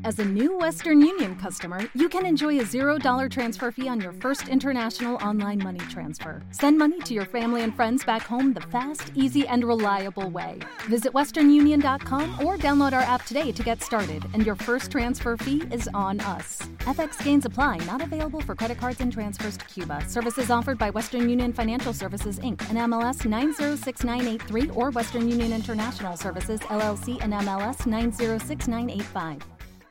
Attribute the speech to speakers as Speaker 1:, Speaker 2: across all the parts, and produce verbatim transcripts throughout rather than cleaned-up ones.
Speaker 1: As a new Western Union customer, you can enjoy a zero dollars transfer fee on your first international online money transfer. Send money to your family and friends back home the fast, easy, and reliable way. Visit western union dot com or download our app today to get started, and your first transfer fee is on us. F X gains apply, not available for credit cards and transfers to Cuba. Services offered by Western Union Financial Services, Incorporated, and M L S nine zero six nine eight three or Western Union International Services, L L C, and M L S nine zero six nine eight five.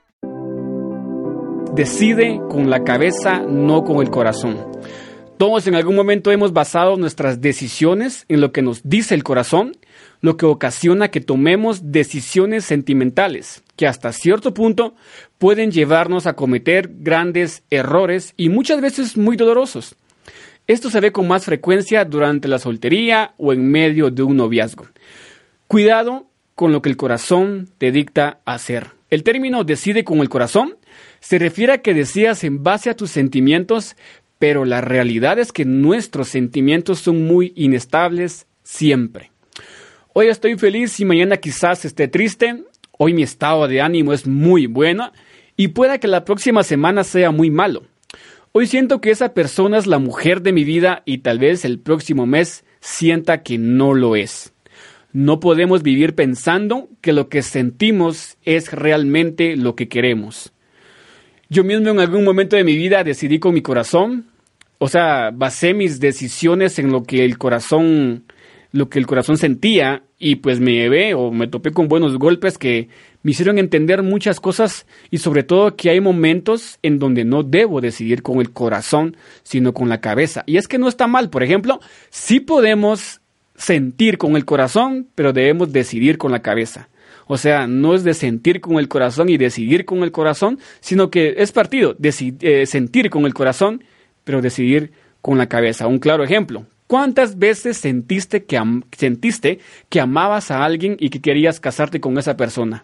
Speaker 2: Decide con la cabeza, no con el corazón. Todos en algún momento hemos basado nuestras decisiones en lo que nos dice el corazón, lo que ocasiona que tomemos decisiones sentimentales, que hasta cierto punto pueden llevarnos a cometer grandes errores y muchas veces muy dolorosos. Esto se ve con más frecuencia durante la soltería o en medio de un noviazgo. Cuidado con lo que el corazón te dicta hacer. El término decide con el corazón se refiere a que deseas en base a tus sentimientos, pero la realidad es que nuestros sentimientos son muy inestables siempre. Hoy estoy feliz y mañana quizás esté triste. Hoy mi estado de ánimo es muy bueno y pueda que la próxima semana sea muy malo. Hoy siento que esa persona es la mujer de mi vida y tal vez el próximo mes sienta que no lo es. No podemos vivir pensando que lo que sentimos es realmente lo que queremos. Yo mismo en algún momento de mi vida decidí con mi corazón, o sea, basé mis decisiones en lo que el corazón, lo que el corazón sentía y pues me llevé o me topé con buenos golpes que me hicieron entender muchas cosas y sobre todo que hay momentos en donde no debo decidir con el corazón, sino con la cabeza. Y es que no está mal, por ejemplo, sí podemos sentir con el corazón, pero debemos decidir con la cabeza. O sea, no es de sentir con el corazón y decidir con el corazón, sino que es partido, deci- eh, sentir con el corazón, pero decidir con la cabeza. Un claro ejemplo. ¿Cuántas veces sentiste que, am- sentiste que amabas a alguien y que querías casarte con esa persona?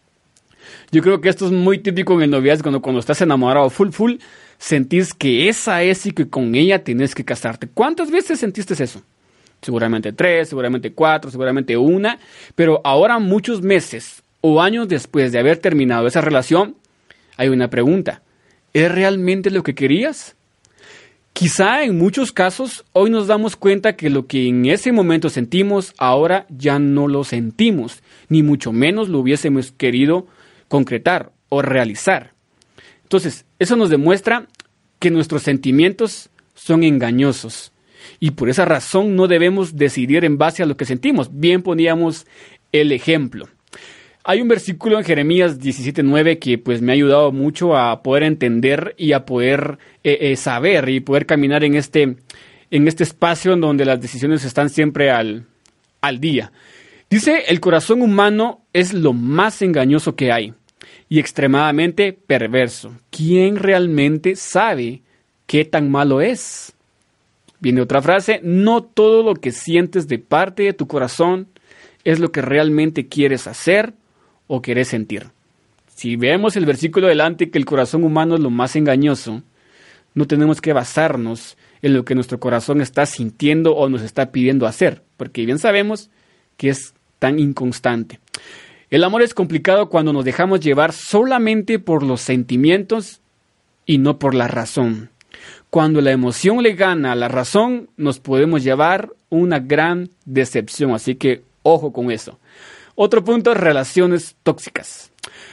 Speaker 2: Yo creo que esto es muy típico en el noviazgo, cuando, cuando estás enamorado full full, sentís que esa es y que con ella tienes que casarte. ¿Cuántas veces sentiste eso? Seguramente tres, seguramente cuatro, seguramente una, pero ahora muchos meses o años después de haber terminado esa relación, hay una pregunta. ¿Es realmente lo que querías? Quizá en muchos casos hoy nos damos cuenta que lo que en ese momento sentimos, ahora ya no lo sentimos, ni mucho menos lo hubiésemos querido concretar o realizar. Entonces, eso nos demuestra que nuestros sentimientos son engañosos. Y por esa razón no debemos decidir en base a lo que sentimos. Bien poníamos el ejemplo. Hay un versículo en Jeremías diecisiete nueve que pues me ha ayudado mucho a poder entender y a poder eh, eh, saber y poder caminar en este, en este espacio en donde las decisiones están siempre al, al día. Dice, el corazón humano es lo más engañoso que hay y extremadamente perverso. ¿Quién realmente sabe qué tan malo es? Viene otra frase, no todo lo que sientes de parte de tu corazón es lo que realmente quieres hacer o quieres sentir. Si vemos el versículo delante que el corazón humano es lo más engañoso, no tenemos que basarnos en lo que nuestro corazón está sintiendo o nos está pidiendo hacer, porque bien sabemos que es tan inconstante. El amor es complicado cuando nos dejamos llevar solamente por los sentimientos y no por la razón. Cuando la emoción le gana a la razón, nos podemos llevar una gran decepción. Así que, ojo con eso. Otro punto es relaciones tóxicas.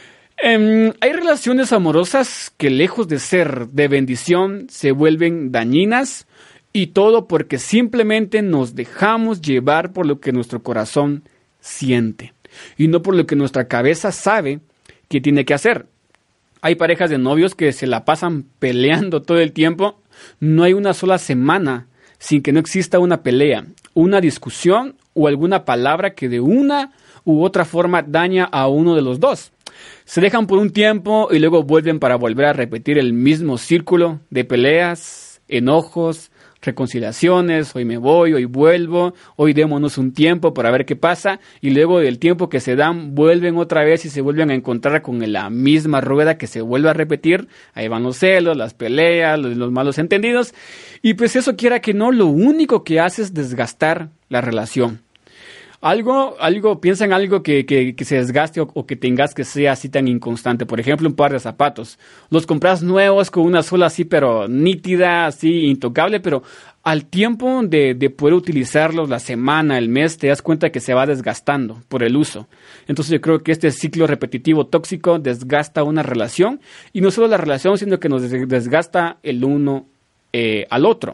Speaker 2: Eh, hay relaciones amorosas que, lejos de ser de bendición, se vuelven dañinas. Y todo porque simplemente nos dejamos llevar por lo que nuestro corazón siente. Y no por lo que nuestra cabeza sabe que tiene que hacer. Hay parejas de novios que se la pasan peleando todo el tiempo. No hay una sola semana sin que no exista una pelea, una discusión o alguna palabra que de una u otra forma daña a uno de los dos. Se dejan por un tiempo y luego vuelven para volver a repetir el mismo círculo de peleas, enojos, reconciliaciones, hoy me voy, hoy vuelvo, hoy démonos un tiempo para ver qué pasa, y luego del tiempo que se dan, vuelven otra vez y se vuelven a encontrar con la misma rueda que se vuelve a repetir. Ahí van los celos, las peleas, los, los malos entendidos, y pues eso quiera que no, lo único que hace es desgastar la relación. Algo, algo, piensa en algo que, que, que se desgaste o, o que tengas que sea así tan inconstante. Por ejemplo, un par de zapatos. Los compras nuevos con una suela así, pero nítida, así, intocable, pero al tiempo de, de poder utilizarlos la semana, el mes, te das cuenta que se va desgastando por el uso. Entonces yo creo que este ciclo repetitivo tóxico desgasta una relación, y no solo la relación, sino que nos desgasta el uno eh, al otro.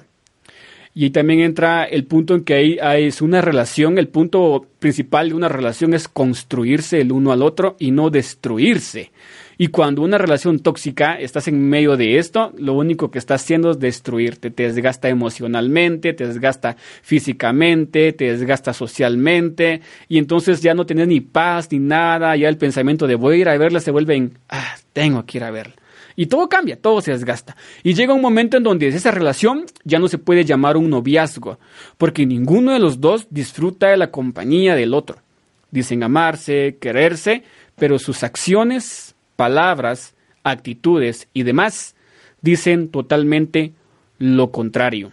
Speaker 2: Y también entra el punto en que ahí es una relación, el punto principal de una relación es construirse el uno al otro y no destruirse. Y cuando una relación tóxica, estás en medio de esto, lo único que estás haciendo es destruirte. Te desgasta emocionalmente, te desgasta físicamente, te desgasta socialmente, y entonces ya no tienes ni paz ni nada, ya el pensamiento de voy a ir a verla se vuelve en, ah, tengo que ir a verla. Y todo cambia, todo se desgasta. Y llega un momento en donde esa relación ya no se puede llamar un noviazgo, porque ninguno de los dos disfruta de la compañía del otro. Dicen amarse, quererse, pero sus acciones, palabras, actitudes y demás dicen totalmente lo contrario.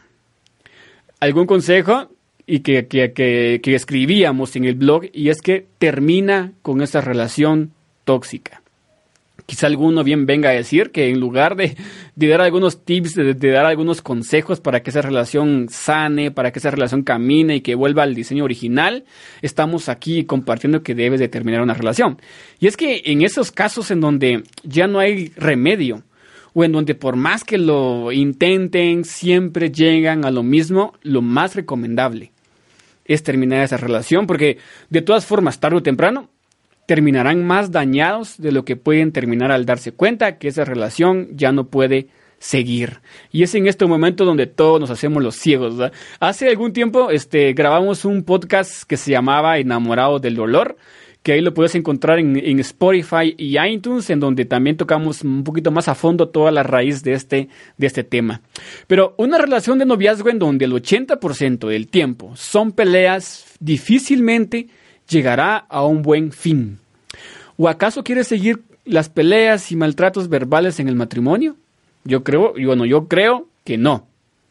Speaker 2: ¿Algún consejo? Y que, que, que, que escribíamos en el blog, y es que termina con esa relación tóxica. Quizá alguno bien venga a decir que en lugar de, de dar algunos tips, de, de dar algunos consejos para que esa relación sane, para que esa relación camine y que vuelva al diseño original, estamos aquí compartiendo que debes de terminar una relación. Y es que en esos casos en donde ya no hay remedio, o en donde por más que lo intenten, siempre llegan a lo mismo, lo más recomendable es terminar esa relación, porque de todas formas, tarde o temprano, terminarán más dañados de lo que pueden terminar al darse cuenta que esa relación ya no puede seguir. Y es en este momento donde todos nos hacemos los ciegos, ¿verdad? Hace algún tiempo este, grabamos un podcast que se llamaba Enamorado del Dolor, que ahí lo puedes encontrar en, en Spotify y iTunes, en donde también tocamos un poquito más a fondo toda la raíz de este, de este tema. Pero una relación de noviazgo en donde el ochenta por ciento del tiempo son peleas, difícilmente llegará a un buen fin. ¿O acaso quieres seguir las peleas y maltratos verbales en el matrimonio? Yo creo, y bueno, yo creo que no.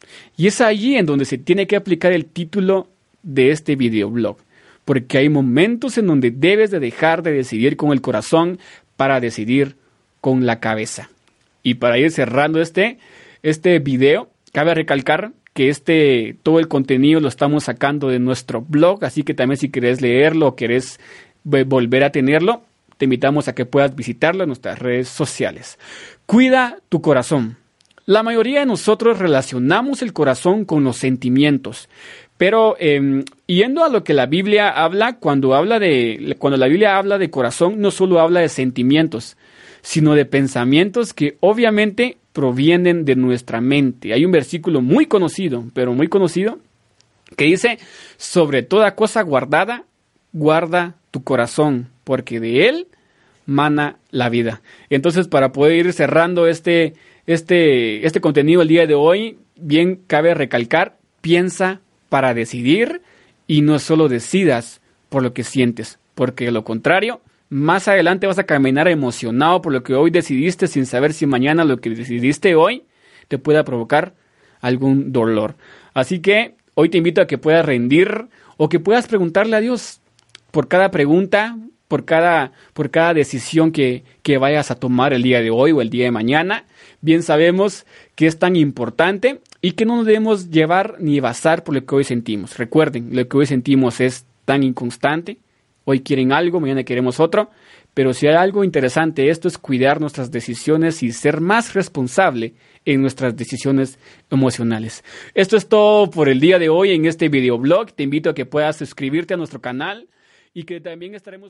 Speaker 2: Y es allí en donde se tiene que aplicar el título de este videoblog, porque hay momentos en donde debes de dejar de decidir con el corazón para decidir con la cabeza. Y para ir cerrando este, este video, cabe recalcar que este, todo el contenido lo estamos sacando de nuestro blog, así que también si querés leerlo o querés volver a tenerlo, te invitamos a que puedas visitarlo en nuestras redes sociales. Cuida tu corazón. La mayoría de nosotros relacionamos el corazón con los sentimientos, pero eh, yendo a lo que la Biblia habla, cuando habla de, cuando la Biblia habla de corazón, no solo habla de sentimientos, sino de pensamientos que obviamente provienen de nuestra mente. Hay un versículo muy conocido, pero muy conocido, que dice, sobre toda cosa guardada, guarda tu corazón, porque de él mana la vida. Entonces, para poder ir cerrando este, este, este contenido el día de hoy, bien cabe recalcar, piensa para decidir y no solo decidas por lo que sientes, porque de lo contrario, más adelante vas a caminar emocionado por lo que hoy decidiste sin saber si mañana lo que decidiste hoy te pueda provocar algún dolor. Así que hoy te invito a que puedas rendir o que puedas preguntarle a Dios por cada pregunta, por cada, por cada decisión que, que vayas a tomar el día de hoy o el día de mañana. Bien sabemos que es tan importante y que no nos debemos llevar ni basar por lo que hoy sentimos. Recuerden, lo que hoy sentimos es tan inconstante. Hoy quieren algo, mañana queremos otro, pero si hay algo interesante, esto es cuidar nuestras decisiones y ser más responsable en nuestras decisiones emocionales. Esto es todo por el día de hoy en este videoblog. Te invito a que puedas suscribirte a nuestro canal y que también estaremos...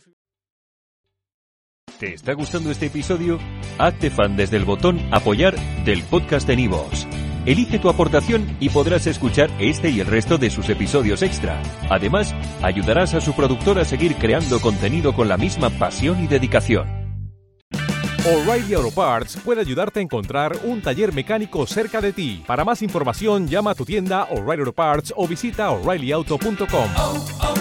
Speaker 3: ¿Te está gustando este episodio? Hazte fan desde el botón Apoyar del podcast de Nivos. Elige tu aportación y podrás escuchar este y el resto de sus episodios extra. Además, ayudarás a su productor a seguir creando contenido con la misma pasión y dedicación.
Speaker 4: O'Reilly Auto Parts puede ayudarte a encontrar un taller mecánico cerca de ti. Para más información, llama a tu tienda O'Reilly Auto Parts o visita O'Reilly Auto punto com.